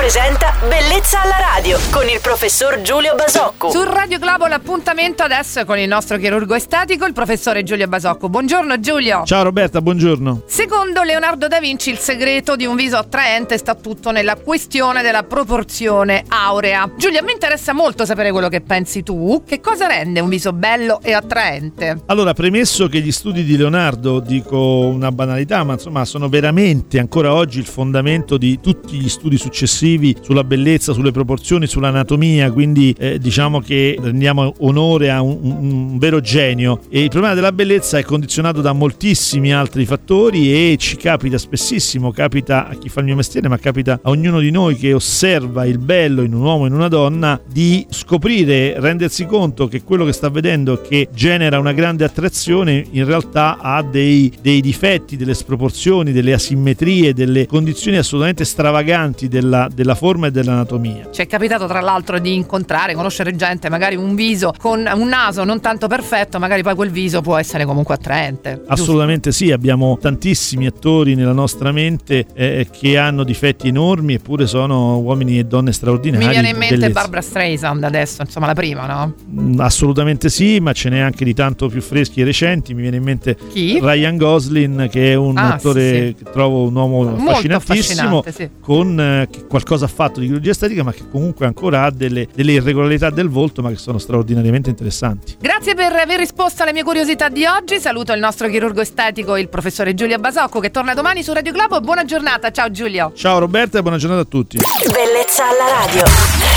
presenta Bellezza alla radio con il professor Giulio Basocco. Su Radio Globo l'appuntamento adesso è con il nostro chirurgo estetico, il professore Giulio Basocco. Buongiorno Giulio. Ciao Roberta, buongiorno. Secondo Leonardo da Vinci il segreto di un viso attraente sta tutto nella questione della proporzione aurea. Giulio, a me interessa molto sapere quello che pensi tu. Che cosa rende un viso bello e attraente? Allora, premesso che gli studi di Leonardo, dico una banalità, ma insomma sono veramente ancora oggi il fondamento di tutti gli studi successivi sulla bellezza, sulle proporzioni, sull'anatomia, quindi diciamo che rendiamo onore a un vero genio. E il problema della bellezza è condizionato da moltissimi altri fattori e ci capita spessissimo, capita a chi fa il mio mestiere, ma capita a ognuno di noi che osserva il bello in un uomo e in una donna, di scoprire, rendersi conto che quello che sta vedendo, che genera una grande attrazione, in realtà ha dei difetti, delle sproporzioni, delle asimmetrie, delle condizioni assolutamente stravaganti della forma e dell'anatomia. Ci è capitato tra l'altro di incontrare, conoscere gente, magari un viso con un naso non tanto perfetto, magari poi quel viso può essere comunque attraente. Assolutamente sì, abbiamo tantissimi attori nella nostra mente che hanno difetti enormi eppure sono uomini e donne straordinari. Mi viene in mente Barbra Streisand adesso, insomma la prima, no? Assolutamente sì, ma ce n'è anche di tanto più freschi e recenti. Mi viene in mente chi? Ryan Gosling, che è un attore che trovo un uomo molto affascinantissimo, sì. con che qualcosa ha fatto di chirurgia estetica, ma che comunque ancora ha delle irregolarità del volto, ma che sono straordinariamente interessanti. Grazie per aver risposto alle mie curiosità di oggi. Saluto il nostro chirurgo estetico, il professore Giulio Basocco, che torna domani su Radio Globo. Buona giornata, ciao Giulio. Ciao Roberta e buona giornata a tutti. Bellezza alla radio.